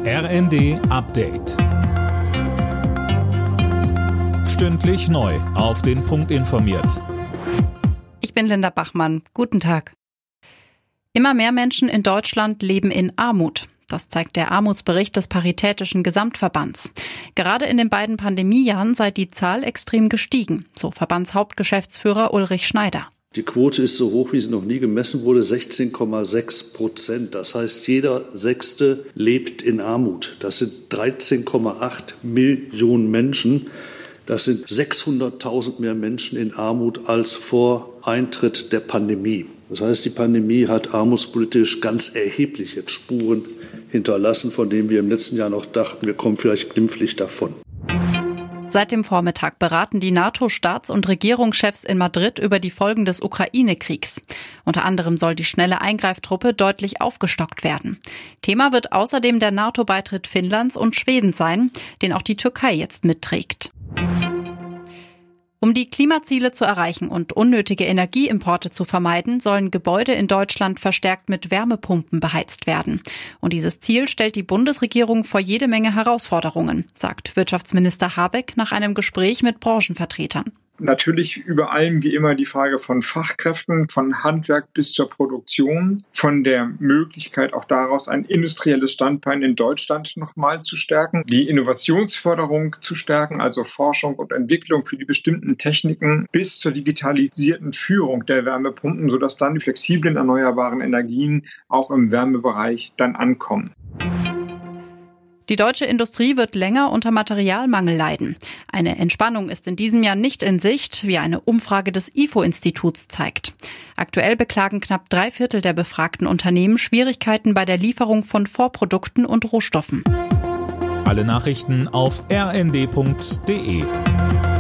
RND Update. Stündlich neu auf den Punkt informiert. Ich bin Linda Bachmann. Guten Tag. Immer mehr Menschen in Deutschland leben in Armut. Das zeigt der Armutsbericht des Paritätischen Gesamtverbands. Gerade in den beiden Pandemiejahren sei die Zahl extrem gestiegen, so Verbandshauptgeschäftsführer Ulrich Schneider. Die Quote ist so hoch, wie sie noch nie gemessen wurde, 16,6%. Das heißt, jeder Sechste lebt in Armut. Das sind 13,8 Millionen Menschen. Das sind 600.000 mehr Menschen in Armut als vor Eintritt der Pandemie. Das heißt, die Pandemie hat armutspolitisch ganz erhebliche Spuren hinterlassen, von denen wir im letzten Jahr noch dachten, wir kommen vielleicht glimpflich davon. Seit dem Vormittag beraten die NATO-Staats- und Regierungschefs in Madrid über die Folgen des Ukraine-Kriegs. Unter anderem soll die schnelle Eingreiftruppe deutlich aufgestockt werden. Thema wird außerdem der NATO-Beitritt Finnlands und Schwedens sein, den auch die Türkei jetzt mitträgt. Um die Klimaziele zu erreichen und unnötige Energieimporte zu vermeiden, sollen Gebäude in Deutschland verstärkt mit Wärmepumpen beheizt werden. Und dieses Ziel stellt die Bundesregierung vor jede Menge Herausforderungen, sagt Wirtschaftsminister Habeck nach einem Gespräch mit Branchenvertretern. Natürlich über allem wie immer die Frage von Fachkräften, von Handwerk bis zur Produktion, von der Möglichkeit auch daraus ein industrielles Standbein in Deutschland nochmal zu stärken, die Innovationsförderung zu stärken, also Forschung und Entwicklung für die bestimmten Techniken bis zur digitalisierten Führung der Wärmepumpen, sodass dann die flexiblen erneuerbaren Energien auch im Wärmebereich dann ankommen. Die deutsche Industrie wird länger unter Materialmangel leiden. Eine Entspannung ist in diesem Jahr nicht in Sicht, wie eine Umfrage des IFO-Instituts zeigt. Aktuell beklagen knapp 3/4 der befragten Unternehmen Schwierigkeiten bei der Lieferung von Vorprodukten und Rohstoffen. Alle Nachrichten auf rnd.de.